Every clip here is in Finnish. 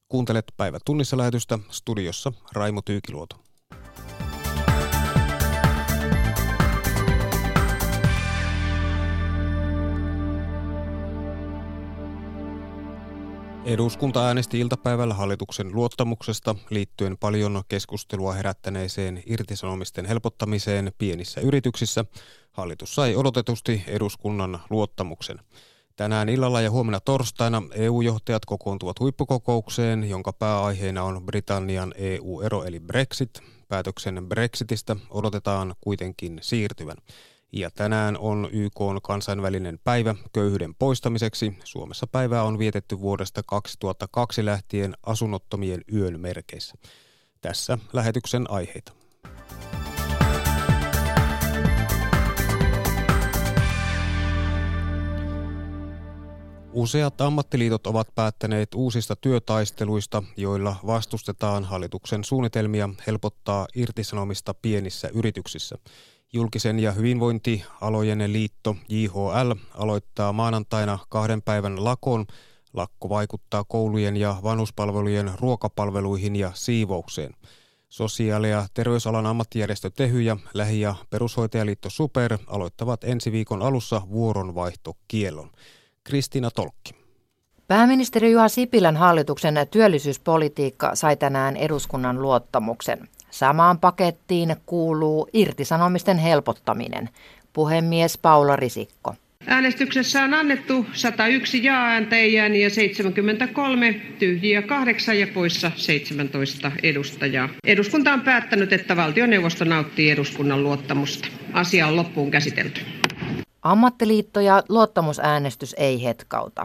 Kuuntelet Päivä tunnissa -lähetystä, studiossa Raimo Tyykiluoto. Eduskunta äänesti iltapäivällä hallituksen luottamuksesta liittyen paljon keskustelua herättäneeseen irtisanomisten helpottamiseen pienissä yrityksissä. Hallitus sai odotetusti eduskunnan luottamuksen. Tänään illalla ja huomenna torstaina EU-johtajat kokoontuvat huippukokoukseen, jonka pääaiheena on Britannian EU-ero eli Brexit. Päätöksen Brexitistä odotetaan kuitenkin siirtyvän. Ja tänään on YK:n kansainvälinen päivä köyhyyden poistamiseksi. Suomessa päivää on vietetty vuodesta 2002 lähtien asunnottomien yön merkeissä. Tässä lähetyksen aiheita. Useat ammattiliitot ovat päättäneet uusista työtaisteluista, joilla vastustetaan hallituksen suunnitelmia helpottaa irtisanomista pienissä yrityksissä. Julkisen ja hyvinvointialojen liitto JHL aloittaa maanantaina 2 päivän lakon. Lakko vaikuttaa koulujen ja vanhuspalvelujen ruokapalveluihin ja siivoukseen. Sosiaali- ja terveysalan ammattijärjestö Tehy ja Lähi- ja perushoitajaliitto SuPer aloittavat ensi viikon alussa vuoronvaihtokiellon. Kristiina Tolkki. Pääministeri Juha Sipilän hallituksen työllisyyspolitiikka sai tänään eduskunnan luottamuksen. Samaan pakettiin kuuluu irtisanomisten helpottaminen. Puhemies Paula Risikko. Äänestyksessä on annettu 101 jaa-ääntä, ei ääniä ja 73, tyhjiä 8 ja poissa 17 edustajaa. Eduskunta on päättänyt, että valtioneuvosto nauttii eduskunnan luottamusta. Asia on loppuun käsitelty. Ammattiliittoja luottamusäänestys ei hetkauta.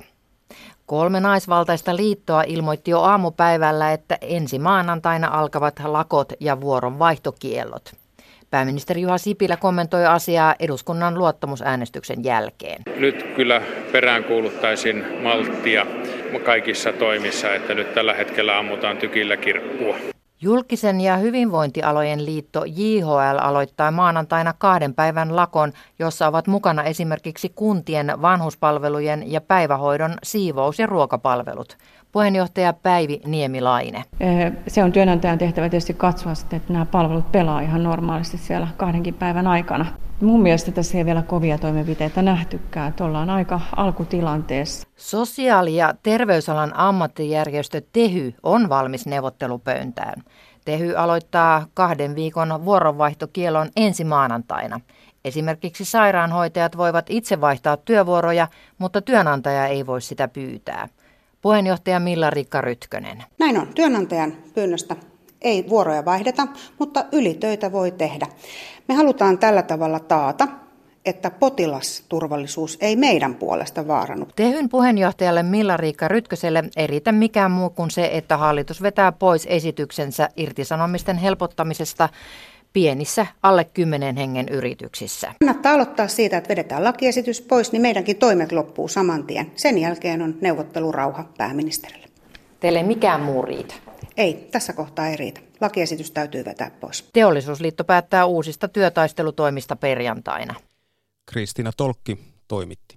3 naisvaltaista liittoa ilmoitti jo aamupäivällä, että ensi maanantaina alkavat lakot ja vuoronvaihtokiellot. Pääministeri Juha Sipilä kommentoi asiaa eduskunnan luottamusäänestyksen jälkeen. Nyt kyllä peräänkuuluttaisin malttia kaikissa toimissa, että nyt tällä hetkellä ammutaan tykillä kirppua. Julkisen ja hyvinvointialojen liitto JHL aloittaa maanantaina 2 päivän lakon, jossa ovat mukana esimerkiksi kuntien vanhuspalvelujen ja päivähoidon siivous- ja ruokapalvelut. Puheenjohtaja Päivi Niemilaine. Se on työnantajan tehtävä tietysti katsoa sitten, että nämä palvelut pelaa ihan normaalisti siellä 2 päivän aikana. Mun mielestä tässä ei vielä kovia toimenpiteitä nähtykään, että ollaan aika alkutilanteessa. Sosiaali- ja terveysalan ammattijärjestö Tehy on valmis neuvottelupöyntään. Tehy aloittaa 2 viikon vuoronvaihtokiellon ensi maanantaina. Esimerkiksi sairaanhoitajat voivat itse vaihtaa työvuoroja, mutta työnantaja ei voi sitä pyytää. Puheenjohtaja Milla-Riikka Rytkönen. Näin on. Työnantajan pyynnöstä ei vuoroja vaihdeta, mutta ylitöitä voi tehdä. Me halutaan tällä tavalla taata, että potilasturvallisuus ei meidän puolesta vaarannu. Tehyn puheenjohtajalle Milla-Riikka Rytköselle ei riitä mikään muu kuin se, että hallitus vetää pois esityksensä irtisanomisten helpottamisesta pienissä alle 10 hengen yrityksissä. Kannattaa aloittaa siitä, että vedetään lakiesitys pois, niin meidänkin toimet loppuu saman tien. Sen jälkeen on neuvottelurauha pääministerille. Teille ei mikään muu riitä? Ei, tässä kohtaa ei riitä. Lakiesitys täytyy vetää pois. Teollisuusliitto päättää uusista työtaistelutoimista perjantaina. Kristiina Tolkki toimitti.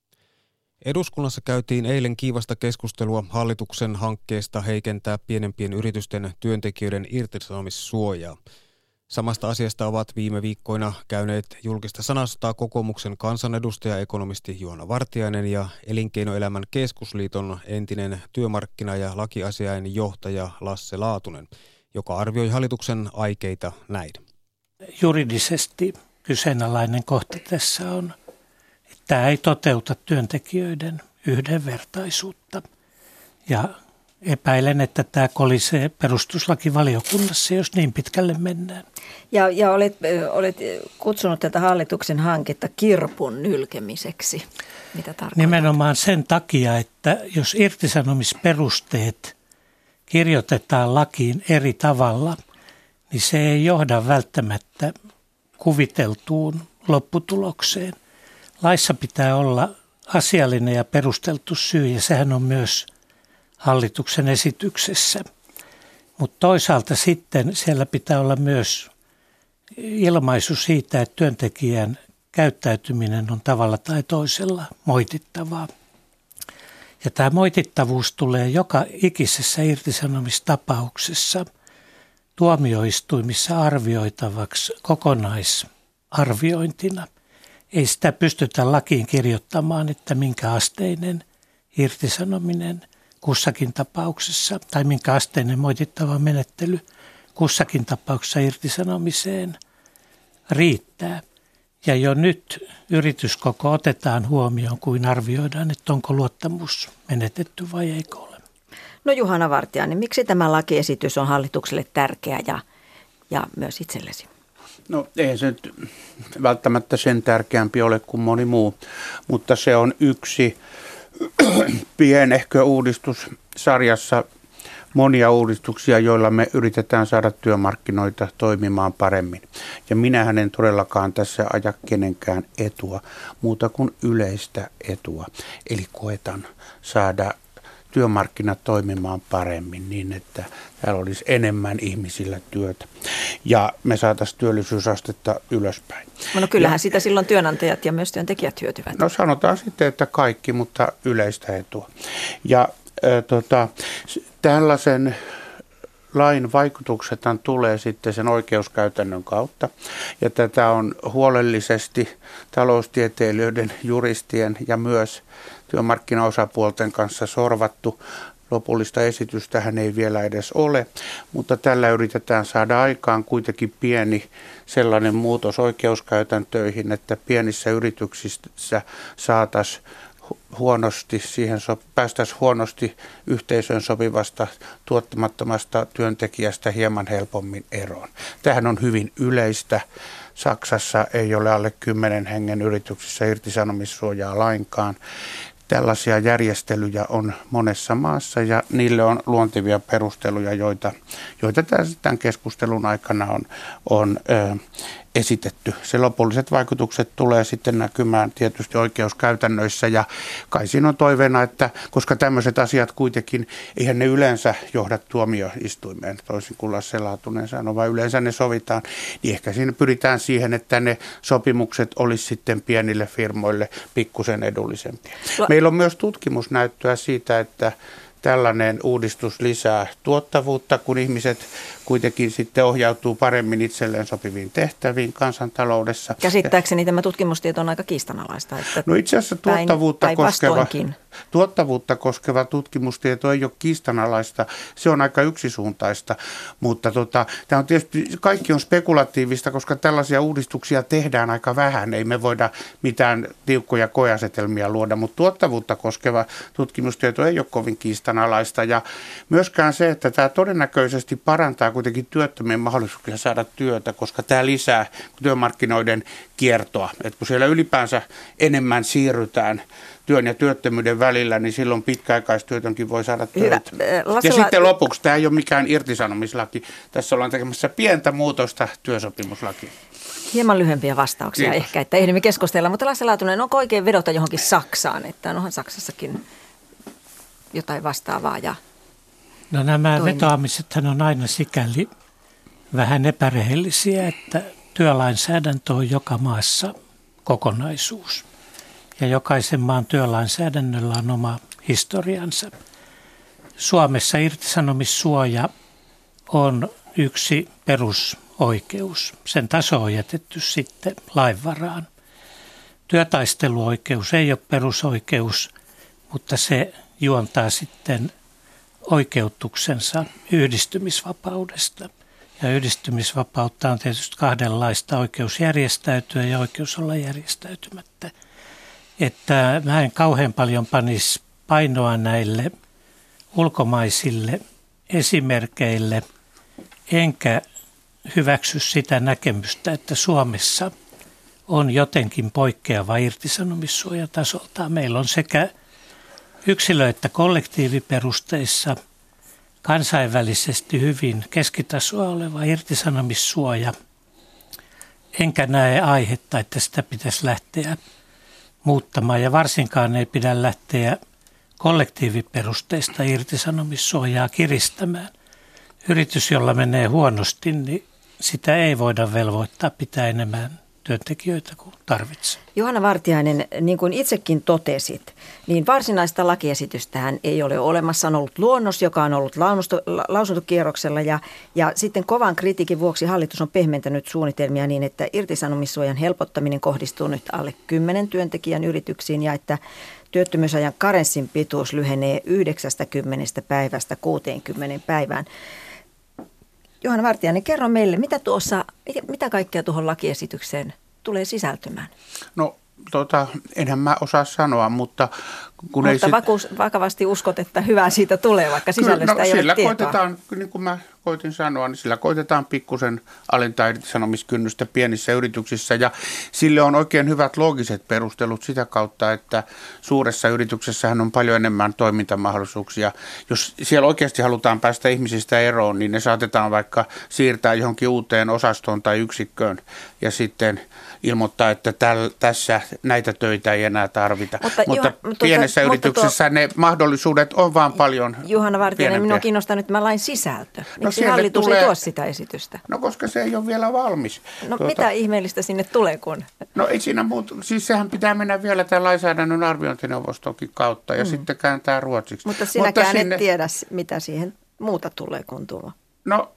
Eduskunnassa käytiin eilen kiivasta keskustelua hallituksen hankkeesta heikentää pienempien yritysten työntekijöiden irtisanomissuojaa. Samasta asiasta ovat viime viikkoina käyneet julkista sanastaa kokoomuksen kansanedustaja, ekonomisti Juhana Vartiainen ja Elinkeinoelämän keskusliiton entinen työmarkkina- ja lakiasiain johtaja Lasse Laatunen, joka arvioi hallituksen aikeita näin. Juridisesti kyseenalainen kohta tässä on, että tämä ei toteuta työntekijöiden yhdenvertaisuutta ja epäilen, että tämä kolisee perustuslakivaliokunnassa, jos niin pitkälle mennään. Ja olet kutsunut tätä hallituksen hanketta kirpun nylkemiseksi. Mitä tarkoittaa? Nimenomaan sen takia, että jos irtisanomisperusteet kirjoitetaan lakiin eri tavalla, niin se ei johda välttämättä kuviteltuun lopputulokseen. Laissa pitää olla asiallinen ja perusteltu syy, ja sehän on myös hallituksen esityksessä. Mutta toisaalta sitten siellä pitää olla myös ilmaisu siitä, että työntekijän käyttäytyminen on tavalla tai toisella moitittavaa. Ja tämä moitittavuus tulee joka ikisessä irtisanomistapauksessa tuomioistuimissa arvioitavaksi kokonaisarviointina. Ei sitä pystytä lakiin kirjoittamaan, että minkä asteinen irtisanominen kussakin tapauksessa tai minkä asteinen moitittava menettely kussakin tapauksessa irtisanomiseen riittää. Ja jo nyt yrityskoko otetaan huomioon, kuin arvioidaan, että onko luottamus menetetty vai eikö ole. No Juhana Vartiainen, miksi tämä lakiesitys on hallitukselle tärkeä ja myös itsellesi? No ei se nyt välttämättä sen tärkeämpi ole kuin moni muu, mutta se on yksi pienehkö uudistus sarjassa monia uudistuksia, joilla me yritetään saada työmarkkinoita toimimaan paremmin. Ja minähän en todellakaan tässä aja kenenkään etua, muuta kuin yleistä etua. Eli koetan saada työmarkkinat toimimaan paremmin niin, että täällä olisi enemmän ihmisillä työtä. Ja me saataisiin työllisyysastetta ylöspäin. No kyllähän sitä silloin työnantajat ja myös työntekijät hyötyvät. No sanotaan sitten, että kaikki, mutta yleistä etua. Ja tällaisen lain vaikutuksethan tulee sitten sen oikeuskäytännön kautta. Ja tätä on huolellisesti taloustieteilijöiden, juristien ja myös työmarkkinaosapuolten kanssa sorvattu. Lopullista esitystähän ei vielä edes ole, mutta tällä yritetään saada aikaan kuitenkin pieni sellainen muutos oikeuskäytäntöihin, että pienissä yrityksissä saataisiin päästäisiin huonosti yhteisöön sopivasta tuottamattomasta työntekijästä hieman helpommin eroon. Tämähän on hyvin yleistä. Saksassa ei ole alle 10 hengen yrityksissä irtisanomissuojaa lainkaan. Tällaisia järjestelyjä on monessa maassa ja niille on luontevia perusteluja, joita tämän keskustelun aikana on esitetty. Se lopulliset vaikutukset tulee sitten näkymään tietysti oikeuskäytännöissä ja kai siinä on toiveena, että koska tämmöiset asiat kuitenkin, eihän ne yleensä johda tuomioistuimeen, toisin kuin Lasse Laatunen sanoi, vaan yleensä ne sovitaan, niin ehkä siinä pyritään siihen, että ne sopimukset olisi sitten pienille firmoille pikkusen edullisempia. Meillä on myös tutkimusnäyttöä siitä, että tällainen uudistus lisää tuottavuutta, kun ihmiset kuitenkin sitten ohjautuu paremmin itselleen sopiviin tehtäviin kansantaloudessa. Käsittääkseni tämä tutkimustieto on aika kiistanalaista. Että no itse asiassa tuottavuutta koskeva tutkimustieto ei ole kiistanalaista, se on aika yksisuuntaista, mutta tämä on tietysti, kaikki on spekulatiivista, koska tällaisia uudistuksia tehdään aika vähän, ei me voida mitään tiukkoja koeasetelmia luoda, mutta tuottavuutta koskeva tutkimustieto ei ole kovin kiistanalaista ja myöskään se, että tämä todennäköisesti parantaa kuitenkin työttömien mahdollisuuksia saada työtä, koska tämä lisää työmarkkinoiden kiertoa. Et kun siellä ylipäänsä enemmän siirrytään työn ja työttömyyden välillä, niin silloin pitkäaikaistyötönkin voi saada töitä. Ja sitten lopuksi, tämä ei ole mikään irtisanomislaki. Tässä ollaan tekemässä pientä muutosta työsopimuslakiin. Hieman lyhyempiä vastauksia ehkä, että ehdimme keskustella. Mutta Lasse Laatunen, onko oikein vedota johonkin Saksaan? Että onhan Saksassakin jotain vastaavaa ja no nämä vetoamisethan on aina sikäli vähän epärehellisiä, että työlainsäädäntö on joka maassa kokonaisuus. Ja jokaisen maan työlainsäädännöllä on oma historiansa. Suomessa irtisanomissuoja on yksi perusoikeus. Sen taso on jätetty sitten lainvaraan. Työtaisteluoikeus ei ole perusoikeus, mutta se juontaa sitten oikeutuksensa yhdistymisvapaudesta. Ja yhdistymisvapautta on tietysti kahdenlaista, oikeus järjestäytyä ja oikeus olla järjestäytymättä. Että mä en kauhean paljon panisi painoa näille ulkomaisille esimerkeille, enkä hyväksy sitä näkemystä, että Suomessa on jotenkin poikkeava irtisanomissuojatasolta. Meillä on sekä yksilö- että kollektiiviperusteissa kansainvälisesti hyvin keskitasoa oleva irtisanomissuoja, enkä näe aihetta, että sitä pitäisi lähteä muuttamaan ja varsinkaan ei pidä lähteä kollektiiviperusteista irtisanomissuojaa kiristämään. Yritys, jolla menee huonosti, niin sitä ei voida velvoittaa pitää enemmän työntekijöitä kuin tarvitsee. Johanna Vartiainen, niin kuin itsekin totesit, niin varsinaista lakiesitystähän ei ole olemassa. On ollut luonnos, joka on ollut lausuntokierroksella ja sitten kovan kritiikin vuoksi hallitus on pehmentänyt suunnitelmia niin, että irtisanomissuojan helpottaminen kohdistuu nyt alle 10 työntekijän yrityksiin ja että työttömyysajan karenssin pituus lyhenee 90 päivästä 60 päivään. Johanna Vartiainen, kerro meille, mitä kaikkea tuohon lakiesitykseen tulee sisältymään? No enhän mä osaa sanoa, mutta kun vakavasti uskot, että hyvää siitä tulee, vaikka sisällöstä ei ole tietoa. Koitetaan, niin kuin mä koitin sanoa, niin sillä koitetaan pikkusen alentaa irtisanomiskynnystä pienissä yrityksissä ja sille on oikein hyvät loogiset perustelut sitä kautta, että suuressa yrityksessähän on paljon enemmän toimintamahdollisuuksia. Jos siellä oikeasti halutaan päästä ihmisistä eroon, niin ne saatetaan vaikka siirtää johonkin uuteen osastoon tai yksikköön ja sitten ilmoittaa, että tässä näitä töitä ei enää tarvita. Mutta pienessä yrityksessä ne mahdollisuudet on vaan paljon Johanna Vartiainen, minua kiinnostaa nyt tämä lain sisältö. Miksi hallitus ei tuo sitä esitystä? No koska se ei ole vielä valmis. Mitä ihmeellistä sinne tulee kun? No ei siinä muuta. Siis sehän pitää mennä vielä tämän lainsäädännön arviointineuvostonkin kautta ja sitten kääntää ruotsiksi. Mutta sinäkään et tiedä, mitä siihen muuta tulee kun tuo. No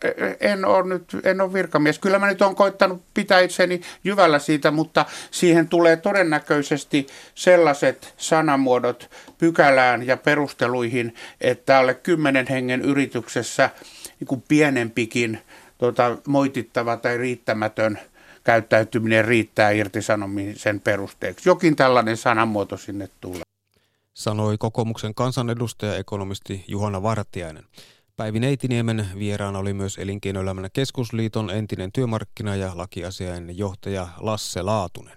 en ole virkamies. Kyllä mä nyt olen koittanut pitää itseni jyvällä siitä, mutta siihen tulee todennäköisesti sellaiset sanamuodot pykälään ja perusteluihin, että alle 10 hengen yrityksessä niin kuin pienempikin moitittava tai riittämätön käyttäytyminen riittää irtisanomisen perusteeksi. Jokin tällainen sanamuoto sinne tulee. Sanoi kokoomuksen kansanedustaja ekonomisti Juhana Vartiainen. Päivi Neitiniemen vieraana oli myös Elinkeinoelämän keskusliiton entinen työmarkkina- ja lakiasiain johtaja Lasse Laatunen.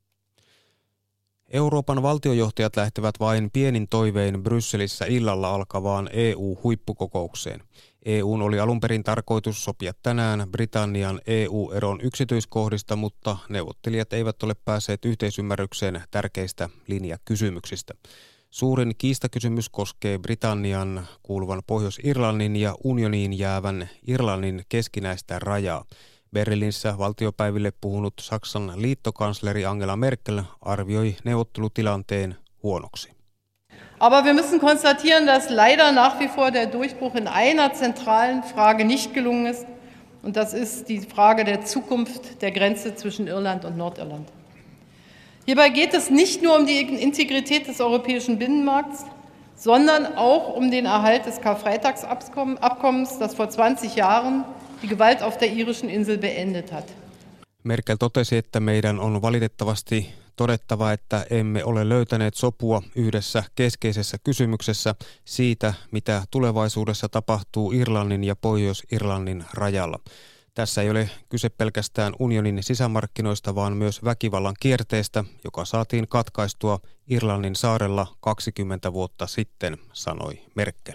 Euroopan valtiojohtajat lähtevät vain pienin toivein Brysselissä illalla alkavaan EU-huippukokoukseen. EU:n oli alun perin tarkoitus sopia tänään Britannian EU-eron yksityiskohdista, mutta neuvottelijat eivät ole päässeet yhteisymmärrykseen tärkeistä linjakysymyksistä. Suurin kiistakysymys koskee Britannian kuuluvan Pohjois-Irlannin ja unioniin jäävän Irlannin keskinäistä rajaa. Berliinissä valtiopäiville puhunut Saksan liittokansleri Angela Merkel arvioi neuvottelutilanteen huonoksi. Aber wir müssen konstatieren, dass leider nach wie vor der Durchbruch in einer zentralen Frage nicht gelungen ist. Und das ist die Frage der Zukunft der Grenze zwischen Irland und Nordirland. Hierbei geht es nicht nur um die Integrität des europäischen Binnenmarkts, sondern auch um den Erhalt des Karfreitagsabkommens, das vor 20 Jahren die Gewalt auf der irischen Insel beendet hat. Merkel totesi, että meidän on valitettavasti todettava, että emme ole löytäneet sopua yhdessä keskeisessä kysymyksessä siitä, mitä tulevaisuudessa tapahtuu Irlannin ja Pohjois-Irlannin rajalla. Tässä ei ole kyse pelkästään unionin sisämarkkinoista, vaan myös väkivallan kierteestä, joka saatiin katkaistua Irlannin saarella 20 vuotta sitten, sanoi Merkel.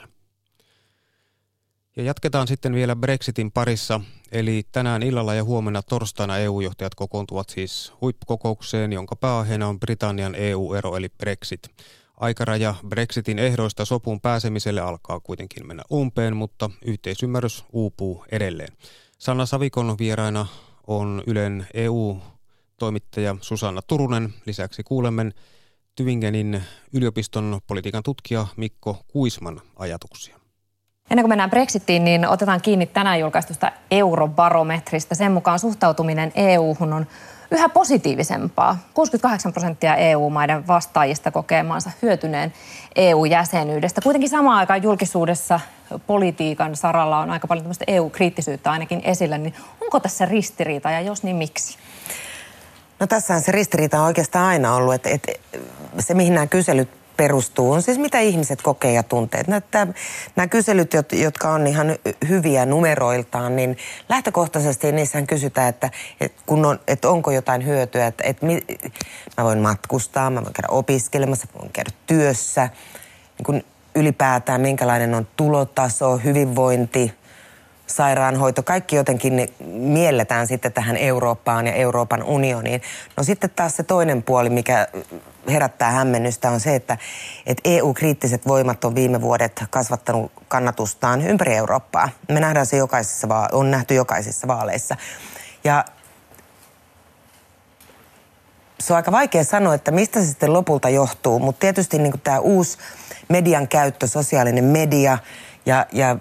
Ja jatketaan sitten vielä Brexitin parissa, eli tänään illalla ja huomenna torstaina EU-johtajat kokoontuvat siis huippukokoukseen, jonka pääaiheena on Britannian EU-ero eli Brexit. Aikaraja Brexitin ehdoista sopuun pääsemiselle alkaa kuitenkin mennä umpeen, mutta yhteisymmärrys uupuu edelleen. Sanna Savikon vieraina on Ylen EU-toimittaja Susanna Turunen. Lisäksi kuulemme Tübingenin yliopiston politiikan tutkija Mikko Kuisman ajatuksia. Ennen kuin mennään Brexitiin, niin otetaan kiinni tänään julkaistusta eurobarometristä. Sen mukaan suhtautuminen EU-hun on yhä positiivisempaa. 68% EU-maiden vastaajista kokemaansa hyötyneen EU-jäsenyydestä. Kuitenkin samaan aikaan julkisuudessa politiikan saralla on aika paljon tämmöistä EU-kriittisyyttä ainakin esillä. Niin onko tässä ristiriita ja jos niin miksi? No tässähän se ristiriita on oikeastaan aina ollut, että se mihin nämä kyselyt perustuu on siis mitä ihmiset kokee ja tuntee. Nämä kyselyt, jotka on ihan hyviä numeroiltaan, niin lähtökohtaisesti niissähän kysytään, että onko jotain hyötyä, että mä voin matkustaa, mä voin käydä opiskelemassa, mä voin käydä työssä, niin kun ylipäätään minkälainen on tulotaso, hyvinvointi, sairaanhoito, kaikki jotenkin mielletään sitten tähän Eurooppaan ja Euroopan unioniin. No sitten taas se toinen puoli, mikä herättää hämmennystä, on se, että EU-kriittiset voimat on viime vuodet kasvattanut kannatustaan ympäri Eurooppaa. Me nähdään se on nähty jokaisissa vaaleissa. Ja se on aika vaikea sanoa, että mistä se sitten lopulta johtuu, mutta tietysti niin kuin tämä uusi median käyttö, sosiaalinen media ja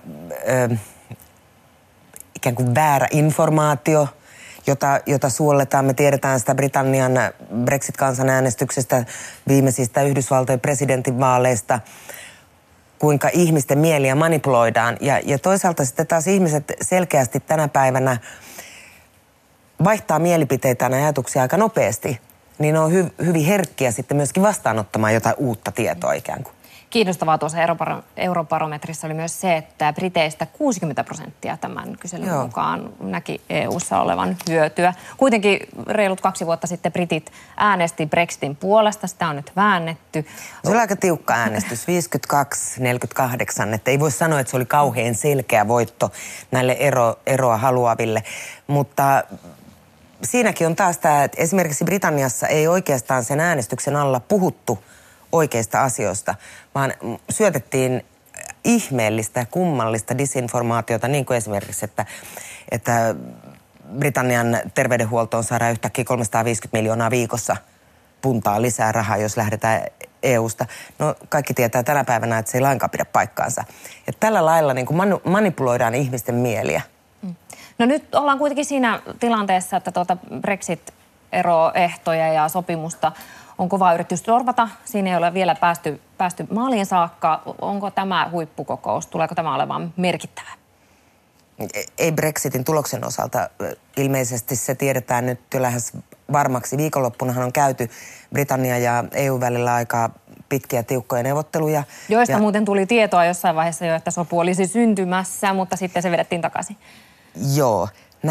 ikään kuin väärä informaatio, jota suolletaan. Me tiedetään sitä Britannian Brexit-kansanäänestyksestä, viimeisistä Yhdysvaltojen presidentinvaaleista, kuinka ihmisten mieliä manipuloidaan. Ja toisaalta sitten taas ihmiset selkeästi tänä päivänä vaihtaa mielipiteitään ja ajatuksia aika nopeasti, niin on hyvin herkkiä sitten myöskin vastaanottamaan jotain uutta tietoa ikään kuin. Kiinnostavaa tuossa Eurobarometrissa oli myös se, että Briteistä 60% tämän kyselyn mukaan näki EU:ssa olevan hyötyä. Kuitenkin reilut 2 vuotta sitten britit äänesti Brexitin puolesta, sitä on nyt väännetty. Se oli aika tiukka äänestys, 52-48, että ei voi sanoa, että se oli kauhean selkeä voitto näille eroa haluaville, mutta siinäkin on taas tämä, että esimerkiksi Britanniassa ei oikeastaan sen äänestyksen alla puhuttu oikeista asioista, vaan syötettiin ihmeellistä ja kummallista disinformaatiota, niin kuin esimerkiksi, että Britannian terveydenhuoltoon saadaan yhtäkkiä 350 miljoonaa viikossa puntaa lisää rahaa, jos lähdetään EUsta. No kaikki tietää tänä päivänä, että se ei lainkaan pidä paikkaansa. Että tällä lailla niin kuin manipuloidaan ihmisten mieliä. No nyt ollaan kuitenkin siinä tilanteessa, että Brexit-eroehtoja ja sopimusta on kova yritys sorvata. Siinä ei ole vielä päästy maaliin saakka. Onko tämä huippukokous? Tuleeko tämä olemaan merkittävä? Ei Brexitin tuloksen osalta. Ilmeisesti se tiedetään nyt jo lähes varmaksi. Viikonloppunahan on käyty Britannia ja EU välillä aika pitkiä tiukkoja neuvotteluja. Joista muuten tuli tietoa jossain vaiheessa jo, että sopu olisi syntymässä, mutta sitten se vedettiin takaisin. Joo.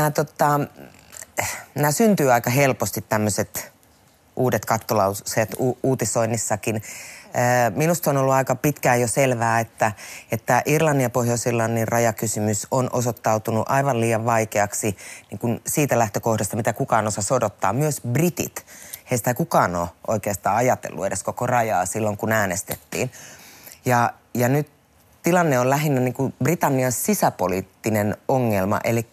Nämä syntyy aika helposti tämmöiset uudet kattolauseet uutisoinnissakin. Minusta on ollut aika pitkään jo selvää, että Irlannin ja Pohjois-Irlannin rajakysymys on osoittautunut aivan liian vaikeaksi niin kuin siitä lähtökohdasta, mitä kukaan osasi odottaa. Myös britit, heistä ei kukaan ole oikeastaan ajatellut edes koko rajaa silloin, kun äänestettiin. Ja nyt tilanne on lähinnä niin kuin Britannian sisäpoliittinen ongelma, eli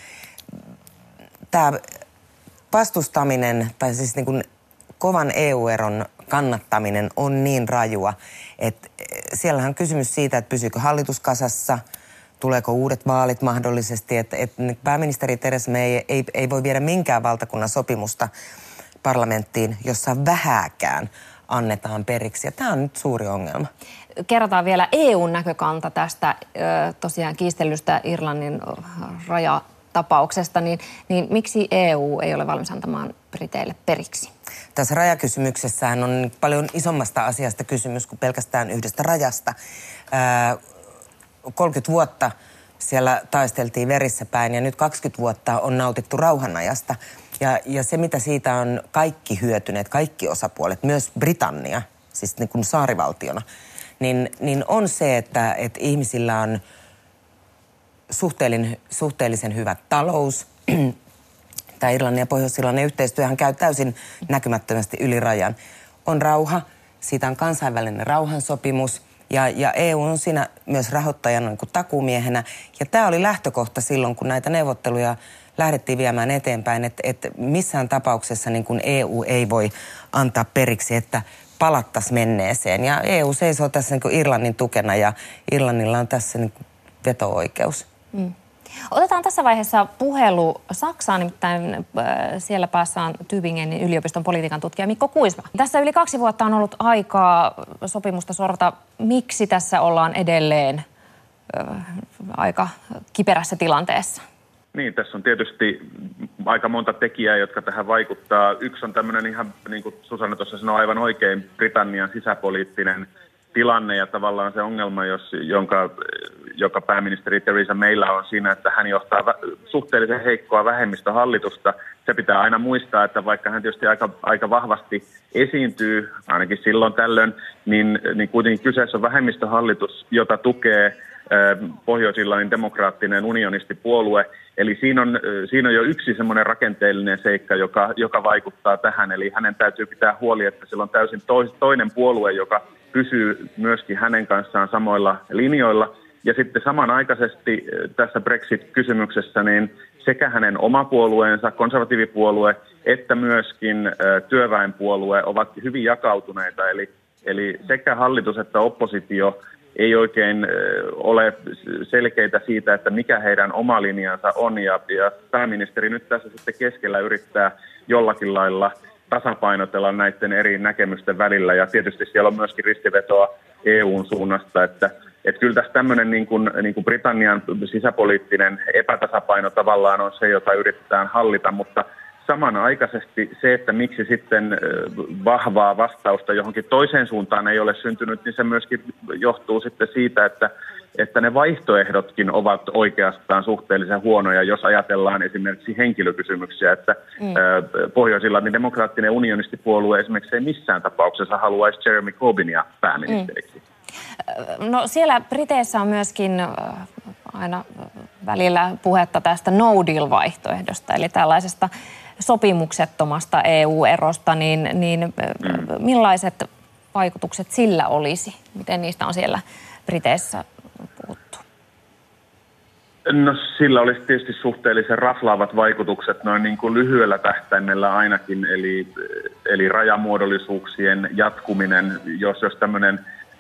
tämä vastustaminen, tai siis niin kuin kovan EU-eron kannattaminen on niin rajua, että siellähän on kysymys siitä, että pysyykö hallitus kasassa, tuleeko uudet vaalit mahdollisesti, että pääministeri Theresa May ei voi viedä minkään valtakunnan sopimusta parlamenttiin, jossa vähääkään annetaan periksi. Ja tämä on nyt suuri ongelma. Kerrotaan vielä EUn näkökanta tästä tosiaan kiistellystä Irlannin rajatapauksesta, niin miksi EU ei ole valmis antamaan Briteille periksi? Tässä rajakysymyksessähän on paljon isommasta asiasta kysymys kuin pelkästään yhdestä rajasta. 30 vuotta siellä taisteltiin verissä päin ja nyt 20 vuotta on nautittu rauhanajasta. Ja se, mitä siitä on kaikki hyötyneet, kaikki osapuolet, myös Britannia, siis niin kuin saarivaltiona, niin on se, että ihmisillä on suhteellisen hyvä talous. Tämä Irlannin ja Pohjois-Irlannin yhteistyöhän käy täysin näkymättömästi yli rajan. On rauha, siitä on kansainvälinen rauhansopimus ja EU on siinä myös rahoittajana niin kuin takuumiehenä. Ja tämä oli lähtökohta silloin, kun näitä neuvotteluja lähdettiin viemään eteenpäin, että missään tapauksessa niin kuin EU ei voi antaa periksi, että palattaisiin menneeseen. Ja EU seisoo tässä niin kuin Irlannin tukena ja Irlannilla on tässä niin kuin veto-oikeus. Otetaan tässä vaiheessa puhelu Saksaan, nimittäin siellä päässä on Tübingenin yliopiston politiikan tutkija Mikko Kuisma. Tässä yli 2 vuotta on ollut aikaa sopimusta sorvata. Miksi tässä ollaan edelleen aika kiperässä tilanteessa? Niin, tässä on tietysti aika monta tekijää, jotka tähän vaikuttaa. Yksi on tämmöinen ihan, niin kuin Susanna tuossa sanoi aivan oikein, Britannian sisäpoliittinen tilanne ja tavallaan se ongelma, joka pääministeri Theresa Maylla on siinä, että hän johtaa suhteellisen heikkoa vähemmistöhallitusta. Se pitää aina muistaa, että vaikka hän tietysti aika vahvasti esiintyy, ainakin silloin tällöin, niin kuitenkin kyseessä on vähemmistöhallitus, jota tukee Pohjois-Irlannin demokraattinen unionistipuolue. Eli siinä on jo yksi semmoinen rakenteellinen seikka, joka vaikuttaa tähän. Eli hänen täytyy pitää huoli, että sillä on täysin toinen puolue, joka pysyy myöskin hänen kanssaan samoilla linjoilla. Ja sitten samanaikaisesti tässä Brexit-kysymyksessä niin sekä hänen oma puolueensa, konservatiivipuolue, että myöskin työväenpuolue ovat hyvin jakautuneita. Eli sekä hallitus että oppositio ei oikein ole selkeitä siitä, että mikä heidän oma linjansa on. Ja pääministeri nyt tässä sitten keskellä yrittää jollakin lailla tasapainotella näiden eri näkemysten välillä. Ja tietysti siellä on myöskin ristivetoa EUn suunnasta, että kyllä tässä tämmöinen niin kuin Britannian sisäpoliittinen epätasapaino tavallaan on se, jota yritetään hallita, mutta samanaikaisesti se, että miksi sitten vahvaa vastausta johonkin toiseen suuntaan ei ole syntynyt, niin se myöskin johtuu sitten siitä, että ne vaihtoehdotkin ovat oikeastaan suhteellisen huonoja, jos ajatellaan esimerkiksi henkilökysymyksiä, että Pohjois-Irlannin demokraattinen unionistipuolue esimerkiksi ei missään tapauksessa haluaisi Jeremy Corbynia pääministeriksi. No siellä Briteissä on myöskin aina välillä puhetta tästä no deal-vaihtoehdosta, eli tällaisesta sopimuksettomasta EU-erosta, niin millaiset vaikutukset sillä olisi? Miten niistä on siellä Briteissä puhuttu? No sillä olisi tietysti suhteellisen raflaavat vaikutukset noin niin kuin lyhyellä tähtäimellä ainakin, eli rajamuodollisuuksien jatkuminen, jos tämmöinen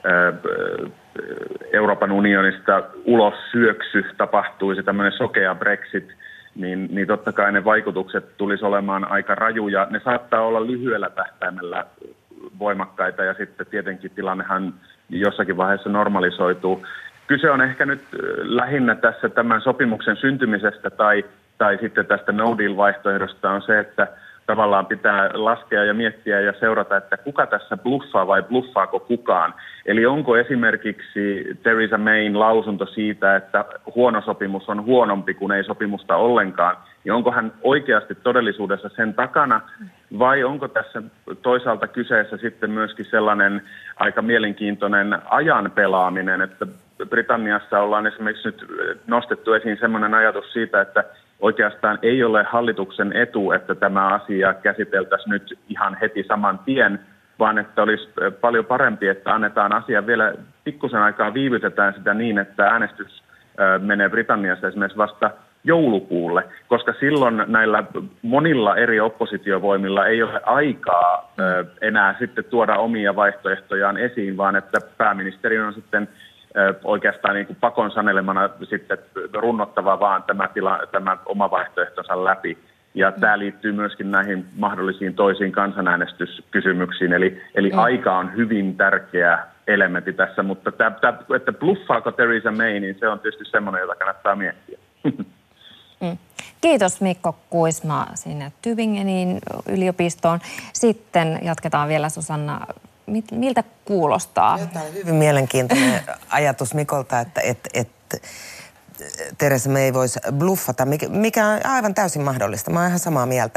Euroopan unionista ulos syöksy tapahtuisi, tämmöinen sokea Brexit, niin totta kai ne vaikutukset tulisi olemaan aika rajuja. Ne saattaa olla lyhyellä tähtäimellä voimakkaita ja sitten tietenkin tilannehan jossakin vaiheessa normalisoituu. Kyse on ehkä nyt lähinnä tässä tämän sopimuksen syntymisestä tai sitten tästä no deal-vaihtoehdosta on se, että tavallaan pitää laskea ja miettiä ja seurata, että kuka tässä bluffaa vai bluffaako kukaan. Eli onko esimerkiksi Theresa Mayn lausunto siitä, että huono sopimus on huonompi kuin ei sopimusta ollenkaan, niin onko hän oikeasti todellisuudessa sen takana vai onko tässä toisaalta kyseessä sitten myöskin sellainen aika mielenkiintoinen ajan pelaaminen, että Britanniassa ollaan esimerkiksi nyt nostettu esiin sellainen ajatus siitä, että oikeastaan ei ole hallituksen etu, että tämä asia käsiteltäisiin nyt ihan heti saman tien, vaan että olisi paljon parempi, että annetaan asia vielä pikkusen aikaa, viivytetään sitä niin, että äänestys menee Britanniassa esimerkiksi vasta joulukuulle, koska silloin näillä monilla eri oppositiovoimilla ei ole aikaa enää sitten tuoda omia vaihtoehtojaan esiin, vaan että pääministeri on sitten oikeastaan niin kuin pakon sanelemana sitten runnottava vaan tämä oma vaihtoehtonsa läpi. Ja tämä liittyy myöskin näihin mahdollisiin toisiin kansanäänestyskysymyksiin. Eli aika on hyvin tärkeä elementti tässä, mutta että bluffaako Theresa May, niin se on tietysti semmoinen, jota kannattaa miettiä. Kiitos Mikko Kuisma sinne Tübingenin yliopistoon. Sitten jatketaan vielä, Susanna. Miltä kuulostaa? Tämä on hyvin mielenkiintoinen ajatus Mikolta, että Theresa May voisi bluffata, mikä on aivan täysin mahdollista. Mä oon ihan samaa mieltä.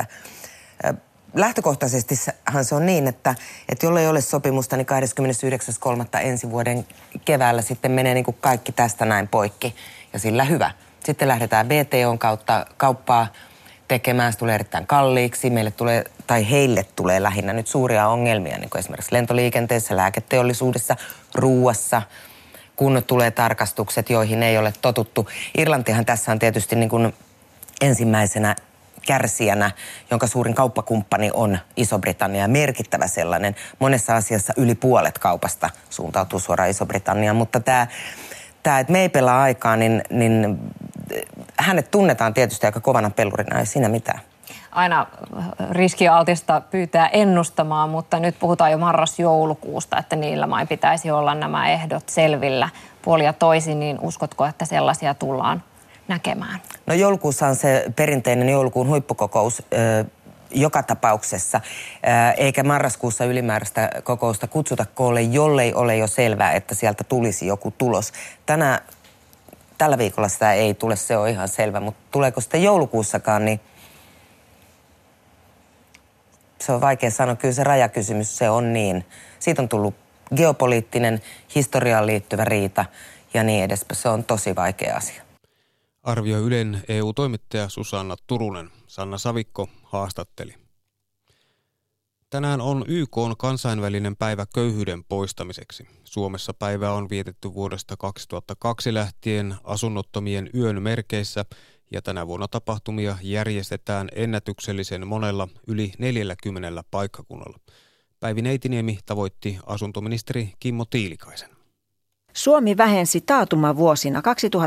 Lähtökohtaisestihan se on niin, että jollei ole sopimusta, niin 29.3. ensi vuoden keväällä sitten menee niin kuin kaikki tästä näin poikki ja sillä hyvä. Sitten lähdetään VTOn kautta kauppaa tekemään, se tulee erittäin kalliiksi. Heille tulee lähinnä nyt suuria ongelmia, niin kuin esimerkiksi lentoliikenteessä, lääketeollisuudessa, ruuassa, kun tulee tarkastukset, joihin ei ole totuttu. Irlantihan tässä on tietysti niin kuin ensimmäisenä kärsijänä, jonka suurin kauppakumppani on Iso-Britannia, merkittävä sellainen. Monessa asiassa yli puolet kaupasta suuntautuu suoraan Iso-Britanniaan, mutta tämä, että me ei pelaa aikaa, niin hänet tunnetaan tietysti aika kovana pelurina, ei siinä mitään. Aina riskialtista pyytää ennustamaan, mutta nyt puhutaan jo marras-joulukuusta, että niillä main pitäisi olla nämä ehdot selvillä puoli ja toisin, niin uskotko, että sellaisia tullaan näkemään? No joulukuussa on se perinteinen joulukuun huippukokous joka tapauksessa, eikä marraskuussa ylimääräistä kokousta kutsuta koolle, jollei ole jo selvää, että sieltä tulisi joku tulos. Tällä viikolla sitä ei tule, se on ihan selvä, mutta tuleeko sitten joulukuussakaan, niin se on vaikea sanoa. Kyllä se rajakysymys, se on niin. Siitä on tullut geopoliittinen, historiaan liittyvä riita ja niin edespäin. Se on tosi vaikea asia. Arvioi Ylen EU-toimittaja Susanna Turunen. Sanna Savikko haastatteli. Tänään on YK:n kansainvälinen päivä köyhyyden poistamiseksi. Suomessa päivää on vietetty vuodesta 2002 lähtien asunnottomien yön merkeissä ja tänä vuonna tapahtumia järjestetään ennätyksellisen monella yli 40 paikkakunnalla. Päivi Neitiniemi tavoitti asuntoministeri Kimmo Tiilikaisen. Suomi vähensi taantumavuosina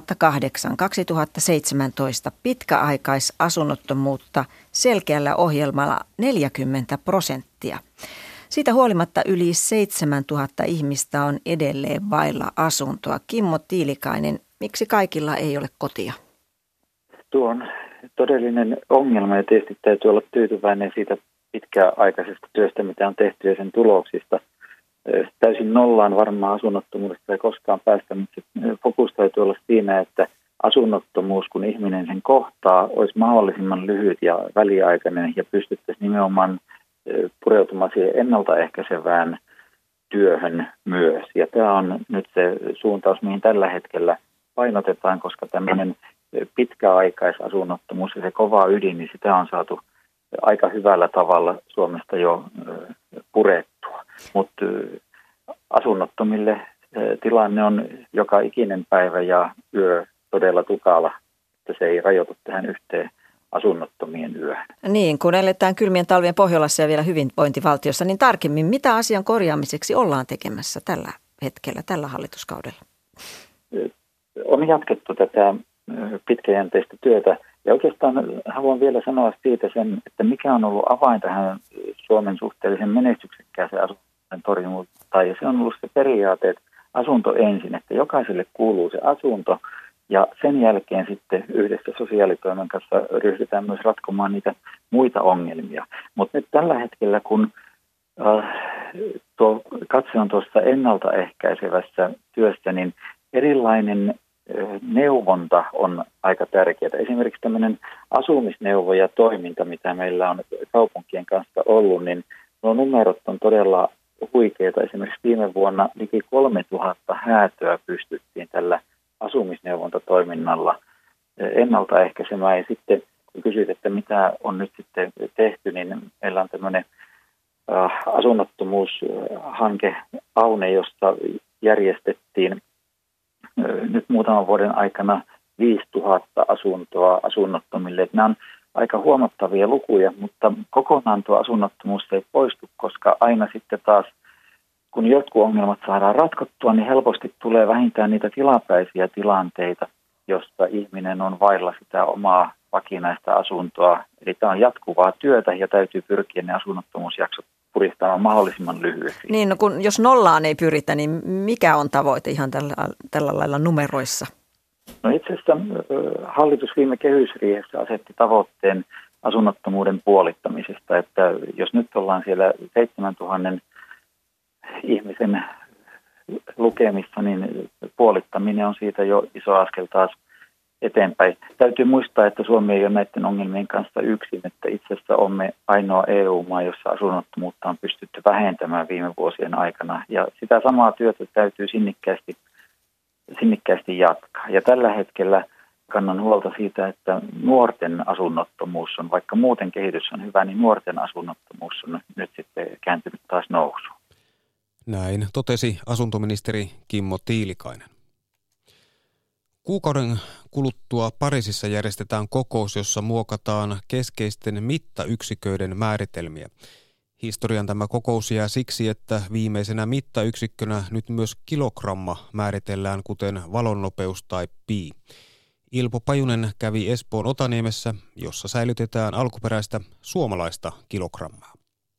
2008-2017 pitkäaikaisasunnottomuutta selkeällä ohjelmalla 40%. Siitä huolimatta yli 7000 ihmistä on edelleen vailla asuntoa. Kimmo Tiilikainen, miksi kaikilla ei ole kotia? Tuo on todellinen ongelma ja tietysti täytyy olla tyytyväinen siitä pitkäaikaisesta työstä, mitä on tehty ja sen tuloksista. Täysin nollaan varmaan asunnottomuudesta ei koskaan päästä, mutta fokus täytyy olla siinä, että asunnottomuus, kun ihminen sen kohtaa, olisi mahdollisimman lyhyt ja väliaikainen ja pystyttäisiin nimenomaan pureutumaan siihen ennaltaehkäisevään työhön myös. Ja tämä on nyt se suuntaus, mihin tällä hetkellä painotetaan, koska tämmöinen pitkäaikaisasunnottomuus ja se kova ydin, niin sitä on saatu aika hyvällä tavalla Suomesta jo purettua. Mutta asunnottomille tilanne on joka ikinen päivä ja yö todella tukala, että se ei rajoitu tähän yhteen asunnottomien yöhön. Niin, kun eletään kylmien talvien Pohjolassa ja vielä hyvinvointivaltiossa, niin tarkemmin, mitä asian korjaamiseksi ollaan tekemässä tällä hetkellä, tällä hallituskaudella? On jatkettu tätä pitkäjänteistä työtä. Ja oikeastaan haluan vielä sanoa siitä sen, että mikä on ollut avain tähän Suomen suhteellisen menestyksekkääseen asuntojen torjuntaan. Ja se on ollut se periaate, että asunto ensin, että jokaiselle kuuluu se asunto. Ja sen jälkeen sitten yhdessä sosiaalitoimen kanssa ryhdytään myös ratkomaan niitä muita ongelmia. Mutta nyt tällä hetkellä, kun tuo katse on tuossa ennaltaehkäisevässä työssä, niin erilainen neuvonta on aika tärkeää. Esimerkiksi tämmöinen asumisneuvo ja toiminta, mitä meillä on kaupunkien kanssa ollut, niin nuo numerot on todella huikeita. Esimerkiksi viime vuonna liki 3000 häätöä pystyttiin tällä asumisneuvontatoiminnalla ennaltaehkäisemään. Ja sitten kun kysyt, että mitä on nyt sitten tehty, niin meillä on tämmöinen asunnottomuushanke Aune, josta järjestettiin nyt muutaman vuoden aikana 5000 asuntoa asunnottomille. Nämä on aika huomattavia lukuja, mutta kokonaan tuo asunnottomuus ei poistu, koska aina sitten taas, kun jotkut ongelmat saadaan ratkottua, niin helposti tulee vähintään niitä tilapäisiä tilanteita, jossa ihminen on vailla sitä omaa vakinaista asuntoa. Eli tämä on jatkuvaa työtä ja täytyy pyrkiä ne asunnottomuusjaksot puristamaan mahdollisimman lyhyesti. Niin, no jos nollaan ei pyritä, niin mikä on tavoite ihan tällä lailla numeroissa? No itse asiassa hallitus viime kehysriihessä asetti tavoitteen asunnottomuuden puolittamisesta, että jos nyt ollaan siellä 7000 ihmisen lukemissa, niin puolittaminen on siitä jo iso askel taas eteenpäin. Täytyy muistaa, että Suomi ei ole näiden ongelmien kanssa yksin, että itse asiassa olemme ainoa EU-maa, jossa asunnottomuutta on pystytty vähentämään viime vuosien aikana. Ja sitä samaa työtä täytyy sinnikkäästi jatkaa. Ja tällä hetkellä kannan huolta siitä, että nuorten asunnottomuus on, vaikka muuten kehitys on hyvä, niin nuorten asunnottomuus on nyt sitten kääntynyt taas nousuun. Näin totesi asuntoministeri Kimmo Tiilikainen. Kuukauden kuluttua Pariisissa järjestetään kokous, jossa muokataan keskeisten mittayksiköiden määritelmiä. Historian tämä kokous jää siksi, että viimeisenä mittayksikkönä nyt myös kilogramma määritellään, kuten valonnopeus tai pi. Ilpo Pajunen kävi Espoon Otaniemessä, jossa säilytetään alkuperäistä suomalaista kilogrammaa.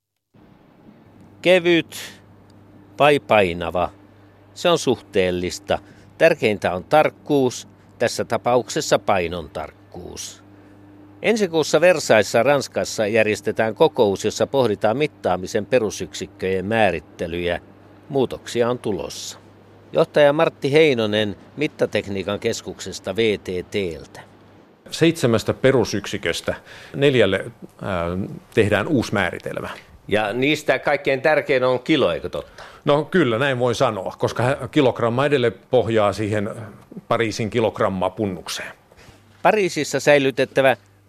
Kevyt vai painava? Se on suhteellista. Tärkeintä on tarkkuus, tässä tapauksessa painon tarkkuus. Ensi kuussa Versailles'ssa Ranskassa järjestetään kokous, jossa pohditaan mittaamisen perusyksikköjen määrittelyjä. Muutoksia on tulossa. Johtaja Martti Heinonen Mittatekniikan keskuksesta VTT:ltä. 7 perusyksiköstä 4 tehdään uusi määritelmä. Ja niistä kaikkein tärkein on kilo, eikö totta? No kyllä, näin voi sanoa, koska kilogramma edelleen pohjaa siihen Pariisin kilogrammapunnukseen. Pariisissa säilytettävä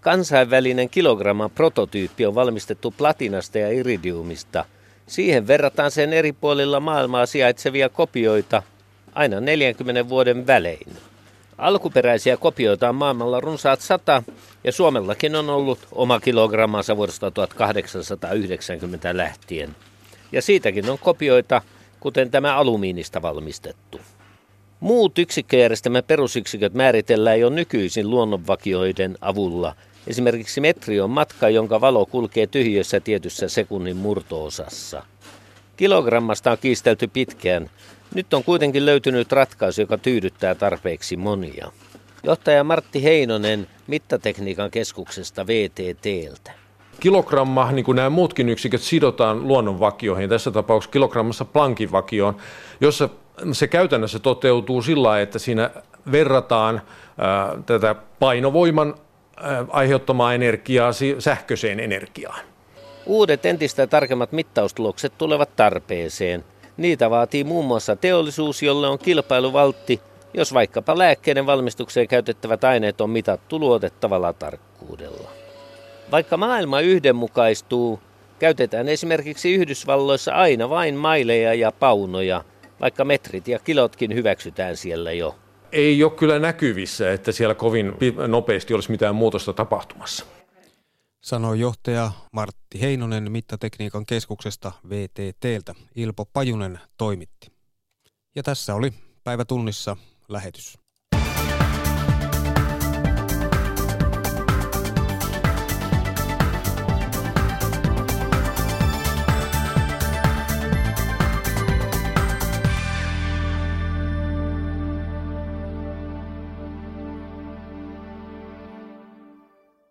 Kansainvälinen kilogramman prototyyppi on valmistettu platinasta ja iridiumista. Siihen verrataan sen eri puolilla maailmaa sijaitsevia kopioita aina 40 vuoden välein. Alkuperäisiä kopioita on maailmalla runsaat 100 ja Suomellakin on ollut oma kilogrammansa vuodesta 1890 lähtien. Ja siitäkin on kopioita, kuten tämä alumiinista valmistettu. Muut yksikköjärjestelmän perusyksiköt määritellään jo nykyisin luonnonvakioiden avulla. Esimerkiksi metri on matka, jonka valo kulkee tyhjössä tietyssä sekunnin murto-osassa. Kilogrammasta on kiistelty pitkään. Nyt on kuitenkin löytynyt ratkaisu, joka tyydyttää tarpeeksi monia. Johtaja Martti Heinonen Mittatekniikan keskuksesta VTT:ltä. Kilogramma, niin kuin nämä muutkin yksiköt, sidotaan luonnonvakioihin. Tässä tapauksessa kilogrammassa Planckin vakioon, jossa se käytännössä toteutuu sillä lailla, että siinä verrataan tätä painovoiman aiheuttamaa energiaa sähköiseen energiaan. Uudet entistä tarkemmat mittaustulokset tulevat tarpeeseen. Niitä vaatii muun muassa teollisuus, jolle on kilpailuvaltti, jos vaikkapa lääkkeiden valmistukseen käytettävät aineet on mitattu luotettavalla tarkkuudella. Vaikka maailma yhdenmukaistuu, käytetään esimerkiksi Yhdysvalloissa aina vain maileja ja paunoja, vaikka metrit ja kilotkin hyväksytään siellä jo. Ei ole kyllä näkyvissä, että siellä kovin nopeasti olisi mitään muutosta tapahtumassa. Sanoi johtaja Martti Heinonen Mittatekniikan keskuksesta VTT:ltä. Ilpo Pajunen toimitti. Ja tässä oli Päivä tunnissa lähetys.